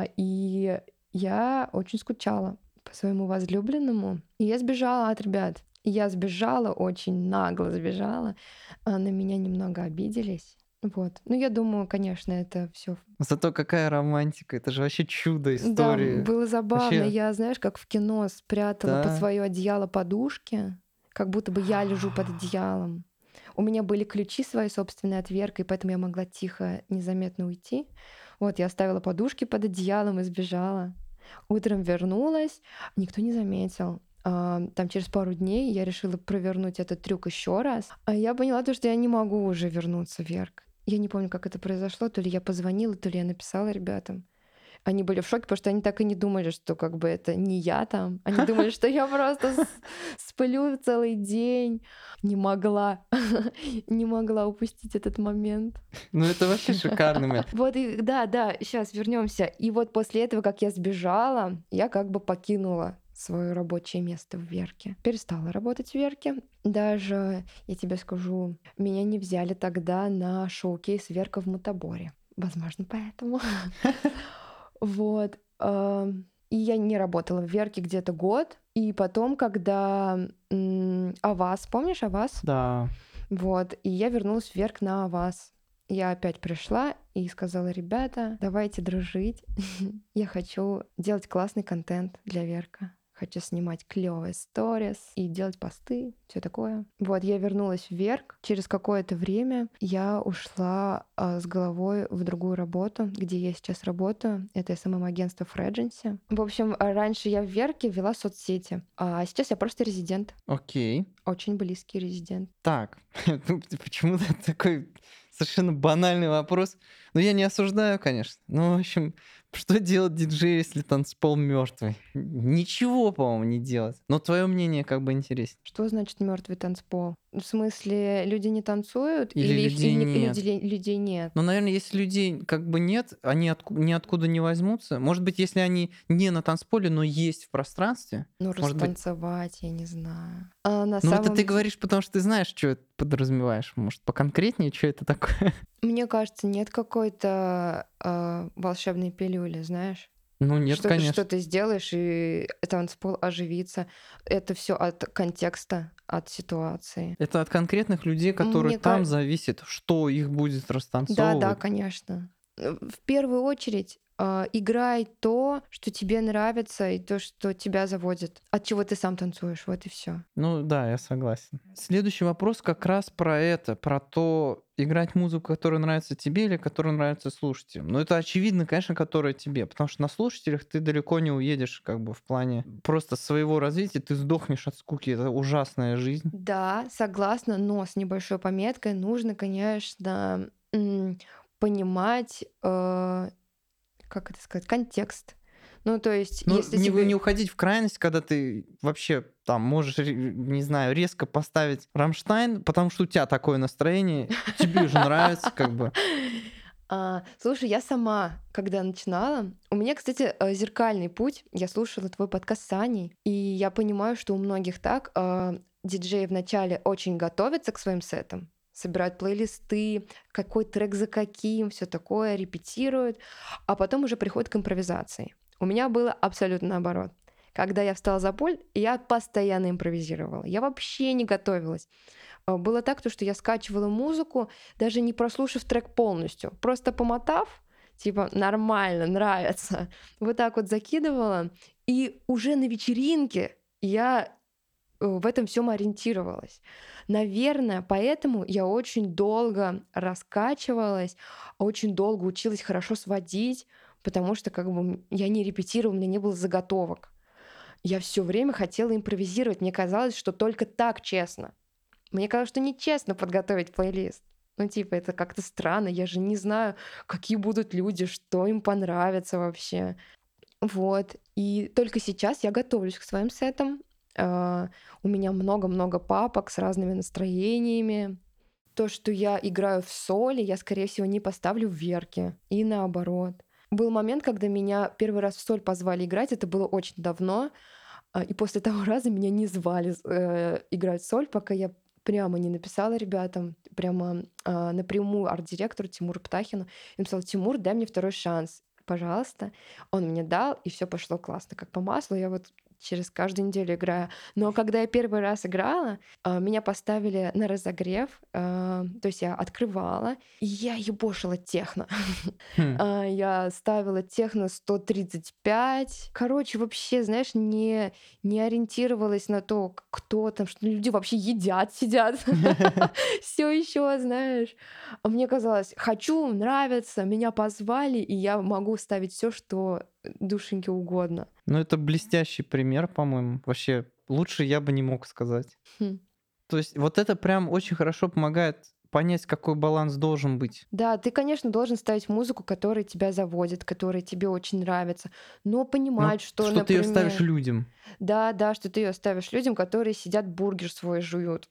И я очень скучала по своему возлюбленному. И я сбежала от ребят. И я сбежала, очень нагло сбежала. На меня немного обиделись. Вот. Ну, я думаю, конечно, это все. Зато какая романтика, это же вообще чудо Да, истории. было забавно. Вообще, Я, знаешь, как в кино спрятала под да. свое одеяло подушки, как будто бы я лежу под одеялом. У меня были ключи свои собственные от Верка, и поэтому я могла тихо, незаметно уйти. Вот, я оставила подушки под одеялом и сбежала. Утром вернулась, никто не заметил. Там через пару дней я решила провернуть этот трюк еще раз. А я поняла то, что я не могу уже вернуться в Верк. Я не помню, как это произошло. То ли я позвонила, то ли я написала ребятам. Они были в шоке, потому что они так и не думали, что как бы это не я там. Они думали, что я просто сплю целый день. Не могла, не могла упустить этот момент. Ну, это вообще шикарный момент. Вот и да, сейчас вернемся. И вот после этого, как я сбежала, я как бы покинула свое рабочее место в Верке. Перестала работать в Верке. Даже, я тебе скажу, меня не взяли тогда на шоу-кейс Верка в Мутаборе. Возможно, поэтому. Вот. И я не работала в Верке где-то год. И потом, когда Авас, помнишь Авас? Да. Вот. И я вернулась в Верк на Авас. Я опять пришла и сказала, ребята, давайте дружить. Я хочу делать классный контент для Верка. Хочу снимать клевые сторис и делать посты, все такое. Вот, я вернулась в Верк. Через какое-то время я ушла с головой в другую работу, где я сейчас работаю. Это СММ-агентство Фредженси. В общем, раньше я в Верке вела соцсети, а сейчас я просто резидент. Окей. Очень близкий резидент. Так, ну, почему-то такой совершенно банальный вопрос. Ну, я не осуждаю, конечно. Ну, в общем, Что делать диджею, если танцпол мертвый? Ничего, по-моему, не делать. Но твое мнение как бы интереснее. Что значит мертвый танцпол? В смысле, люди не танцуют Или людей нет. людей нет? Но, наверное, если людей как бы нет, они ниоткуда не возьмутся. Может быть, если они не на танцполе, но есть в пространстве, Ну, может быть. растанцевать, я не знаю. А на Ну, это самом ты де- говоришь, потому что ты знаешь, что это подразумеваешь. Может, поконкретнее, что это такое? Мне кажется, нет какой-то волшебной пилюли, знаешь? Ну, нет, Что конечно. ты сделаешь, и танцпол оживится. Это все от контекста, от ситуации. Это от конкретных людей, которые Мне там кажется, зависит, что их будет да, растанцовывать. конечно. В первую очередь, играй то, что тебе нравится, и то, что тебя заводит, от чего ты сам танцуешь, вот и все. Ну да, я согласен. Следующий вопрос как раз про это, про то, играть музыку, которая нравится тебе или которая нравится слушателям. Но это очевидно, конечно, которая тебе, потому что на слушателях ты далеко не уедешь, как бы в плане просто своего развития, ты сдохнешь от скуки, это ужасная жизнь. Да, согласна, но с небольшой пометкой нужно, конечно, понимать, как это сказать, контекст. Ну, то есть, Ну, если не тебе... уходить в крайность, когда ты вообще там можешь, не знаю, резко поставить Рамштайн, потому что у тебя такое настроение, тебе же нравится, как бы. Слушай, я сама, когда начинала, у меня, кстати, зеркальный путь. Я слушала твой подкаст с Аней, и я понимаю, что у многих так диджеи вначале очень готовятся к своим сетам, собирают плейлисты, какой трек за каким, все такое, репетируют, а потом уже приходят к импровизации. У меня было абсолютно наоборот. Когда я встала за пульт, я постоянно импровизировала. Я вообще не готовилась. Было так, то, что я скачивала музыку, даже не прослушав трек полностью, просто помотав, типа нормально, нравится, вот так вот закидывала, и уже на вечеринке я в этом всем ориентировалась. Наверное, поэтому я очень долго раскачивалась, очень долго училась хорошо сводить, потому что как бы я не репетировала, у меня не было заготовок. Я все время хотела импровизировать, мне казалось, что только так честно. Мне кажется, что нечестно подготовить плейлист. Ну, типа, это как-то странно. Я же не знаю, какие будут люди, что им понравится вообще. Вот. И только сейчас я готовлюсь к своим сетам. У меня много-много папок с разными настроениями. То, что я играю в соли, я, скорее всего, не поставлю в верке. И наоборот. Был момент, когда меня первый раз в соль позвали играть. Это было очень давно. И после того раза меня не звали играть в соль, пока я прямо не написала ребятам, прямо напрямую арт-директору Тимуру Птахину. И написала: Тимур, дай мне второй шанс, пожалуйста. Он мне дал, и все пошло классно, как по маслу. Я вот через каждую неделю играю. Но когда я первый раз играла, меня поставили на разогрев, то есть я открывала, и я ебошила техно. Хм. Я ставила техно 135. Короче, вообще, знаешь, не ориентировалась на то, кто там, что люди вообще едят, сидят. Все еще, знаешь. А мне казалось, хочу, нравится, меня позвали, и я могу ставить все, что душеньке угодно. Ну, это блестящий пример, по-моему. Вообще, лучше я бы не мог сказать. Хм. То есть вот это прям очень хорошо помогает понять, какой баланс должен быть. Да, ты, конечно, должен ставить музыку, которая тебя заводит, которая тебе очень нравится, но Ну, понимать, что, что ты ее ставишь например, людям. да, да, что ты ее ставишь людям, которые сидят, бургер свой жуют.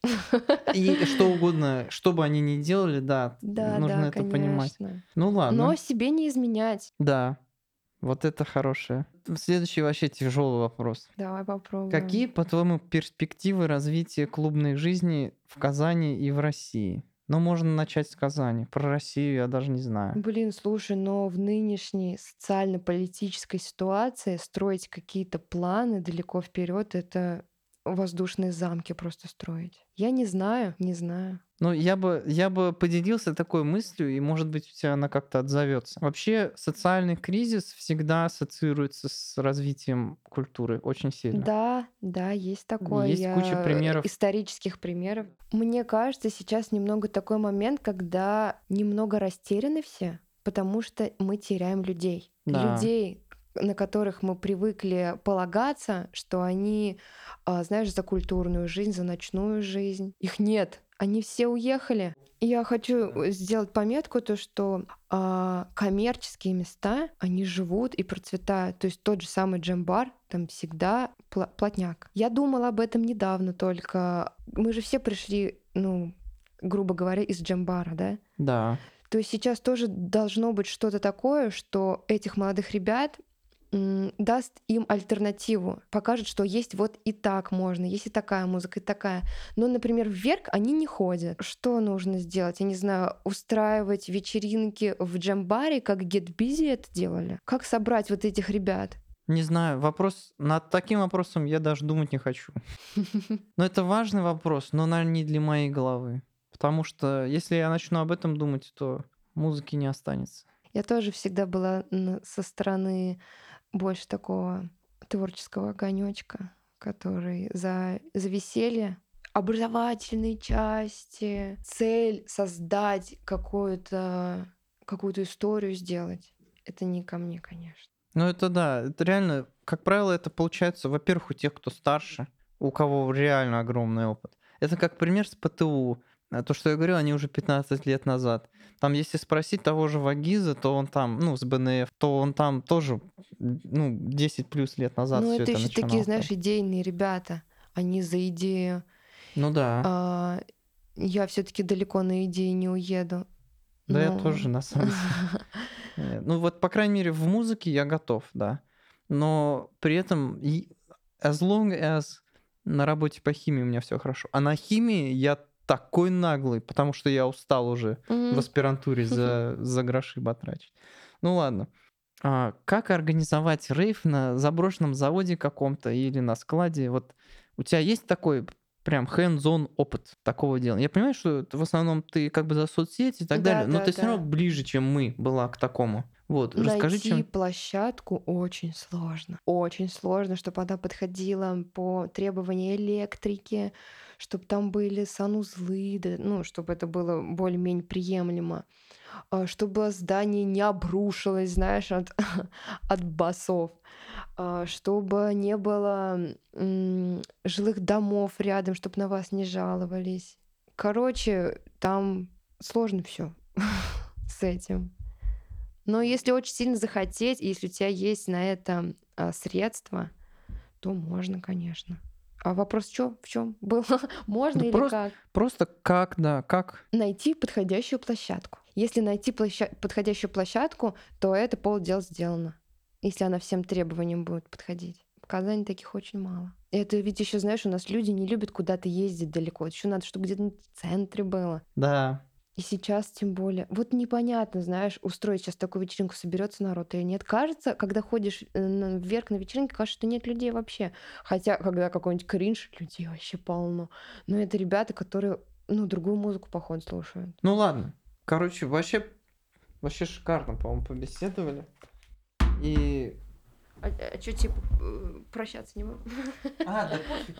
И что угодно, что бы они ни делали, да, Да, нужно да, это понимать. конечно. Ну Но ладно, себе не изменять. да, вот это хорошее. Следующий вообще тяжелый вопрос. Давай Какие, попробуем. по-твоему, перспективы развития клубной жизни в Казани и в России? Ну, можно начать с Казани. Про Россию я даже не знаю. Блин, слушай, но в нынешней социально-политической ситуации строить какие-то планы далеко вперед — это воздушные замки просто строить. Я не знаю, не знаю. Ну, я бы поделился такой мыслью, и, может быть, у тебя она как-то отзовется. Вообще, социальный кризис всегда ассоциируется с развитием культуры очень сильно. Да, да, есть такое. Есть куча Я примеров. исторических примеров. Мне кажется, сейчас немного такой момент, когда немного растеряны все, потому что мы теряем людей. Да. Людей, на которых мы привыкли полагаться, что они, знаешь, за культурную жизнь, за ночную жизнь. Их нет. Они все уехали. И я хочу Да. сделать пометку, то что коммерческие места, они живут и процветают. То есть тот же самый джем-бар, там всегда плотняк. Я думала об этом недавно только. Мы же все пришли, ну, грубо говоря, из джем-бара, да? Да. То есть сейчас тоже должно быть что-то такое, что этих молодых ребят даст им альтернативу, покажет, что есть вот и так можно, есть и такая музыка, и такая. Но, например, вверх они не ходят. Что нужно сделать? Я не знаю, устраивать вечеринки в джем-баре, как Get Busy это делали? Как собрать вот этих ребят? Не знаю, вопрос над таким вопросом я даже думать не хочу. Но это важный вопрос, но, наверное, не для моей головы. Потому что если я начну об этом думать, то музыки не останется. Я тоже всегда была со стороны больше такого творческого огонечка, который за веселье, образовательные части, цель создать какую-то историю сделать. Это не ко мне, конечно. Ну это да, это реально, как правило, это получается, во-первых, у тех, кто старше, у кого реально огромный опыт. Это как пример с ПТУ. То, что я говорю, они уже 15 лет назад. Там, если спросить того же Вагиза, то он там, ну, с БНФ, то он там тоже, ну, 10 плюс лет назад Ну, все это это еще такие, начинал. знаешь, идейные ребята. Они за идею. Ну да. А, я все-таки далеко на идеи не уеду. Да, я Но тоже, на самом деле. Ну вот, по крайней мере, в музыке я готов, да. Но при этом as long as на работе по химии у меня все хорошо. А на химии я такой наглый, потому что я устал уже в Мгм. аспирантуре за гроши батрачить. Ну ладно. Как организовать рейв на заброшенном заводе каком-то или на складе? Вот у тебя есть такой прям hands-on опыт такого дела? Я понимаю, что это в основном ты как бы за соцсети и так Да, далее, но да, ты все равно да. ближе, чем мы, была к такому. Вот, расскажи, Найти чем... площадку очень сложно. Очень сложно, чтобы она подходила по требованиям электрики, чтобы там были санузлы, да, ну, чтобы это было более-менее приемлемо, чтобы здание не обрушилось, знаешь, от, от басов, чтобы не было жилых домов рядом, чтобы на вас не жаловались. Короче, там сложно все с этим. Но если очень сильно захотеть, и если у тебя есть на это средства, то можно, конечно. А вопрос в чем был? Можно Да или просто, как? просто как, да, как... Найти подходящую площадку. Если найти подходящую площадку, то это полдела сделано. Если она всем требованиям будет подходить. В Казани таких очень мало. И это ведь еще, знаешь, у нас люди не любят куда-то ездить далеко. Еще надо, чтобы где-то в центре было. Да, И сейчас тем более. Вот непонятно, знаешь, устроить сейчас такую вечеринку, соберется народ или нет. Кажется, когда ходишь вверх на вечеринке, кажется, что нет людей вообще. Хотя, когда какой-нибудь кринж, людей вообще полно. Но это ребята, которые, ну, другую музыку, походу, слушают. ну ладно. Короче, вообще шикарно, по-моему, побеседовали. И... А что, типа, прощаться не могу? Да пофиг.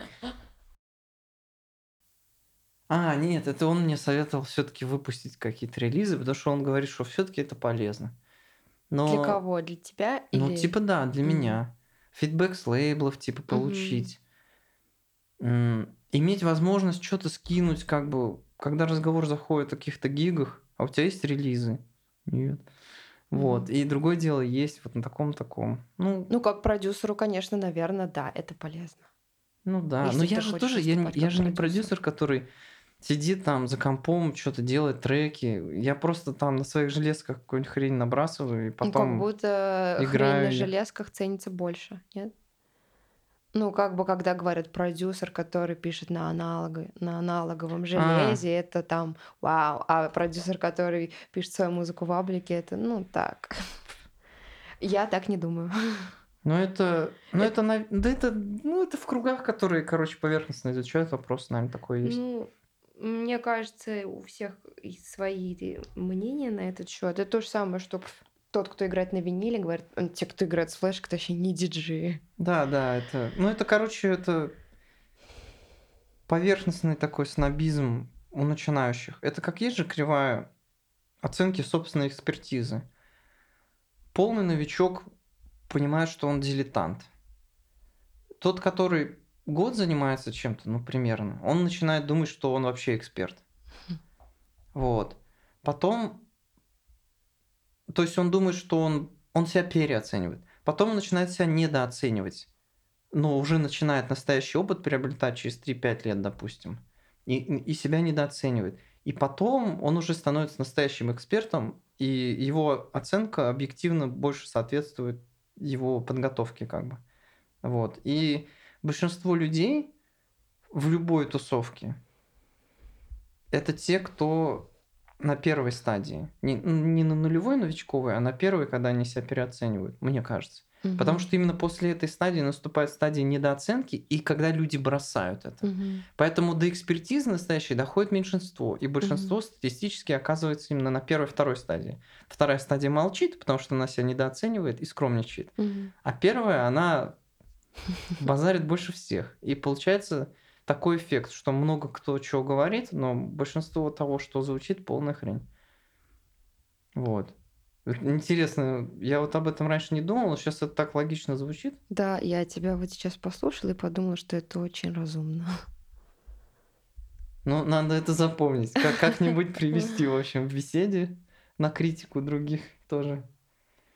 Нет, это он мне советовал все-таки выпустить какие-то релизы, потому что он говорит, что все-таки это полезно. Для Но, кого? Для тебя ну, или... типа, да, для М, меня. Фидбэк с лейблов, типа, мгм. получить. Иметь возможность что-то скинуть, как бы, когда разговор заходит о каких-то гигах, а у тебя есть релизы. Нет. Вот. Мгм. И другое дело есть вот на таком-таком. Ну, Ну, как продюсеру, конечно, наверное, да, это полезно. ну да. Но Если я ты же хочешь тоже, выступать я как же не продюсер. продюсер, который сидит там за компом, что-то делает, треки. Я просто там на своих железках какую-нибудь хрень набрасываю и Ну, как потом будто хрень на играю ее. железках ценится больше, нет? Ну, как бы, когда говорят продюсер, который пишет на аналоговом А, железе, это там вау, а продюсер, который пишет свою музыку в Аблике, это, ну, так. Я так не думаю. ну это, Это, да это, ну это в кругах, которые, короче, поверхностно изучают вопрос, наверное, такое есть. ну, мне кажется, у всех и свои мнения на этот счет. Это то же самое, что тот, кто играет на виниле, говорит, те, кто играет с флешкой, это вообще не диджеи. Да, да, это, короче, это поверхностный такой снобизм у начинающих. Это как есть же кривая оценки собственной экспертизы. Полный новичок понимает, что он дилетант. Тот, который год занимается чем-то, ну, примерно, он начинает думать, что он вообще эксперт. Вот. Потом, то есть он думает, что он себя переоценивает. Потом он начинает себя недооценивать. Но уже начинает настоящий опыт приобретать через 3-5 лет, допустим, и себя недооценивает. И потом он уже становится настоящим экспертом, и его оценка объективно больше соответствует его подготовке как бы. Вот. И большинство людей в любой тусовке — это те, кто на первой стадии. Не на нулевой новичковой, а на первой, когда они себя переоценивают, мне кажется. Потому Мгм. что именно после этой стадии наступает стадия недооценки, и когда люди бросают это. Мгм. Поэтому до экспертизы настоящей доходит меньшинство, и Мгм. большинство статистически оказывается именно на первой-второй стадии. Вторая стадия молчит, потому что она себя недооценивает и скромничает. Мгм. А первая, она базарит больше всех. И получается такой эффект, что много кто чего говорит, но большинство того, что звучит, полная хрень. Вот. Интересно, я вот об этом раньше не думал, но сейчас это так логично звучит. Да, я тебя вот сейчас послушала и подумала, что это очень разумно. Но надо это запомнить. Как-нибудь привести, в общем, в беседе на критику других тоже.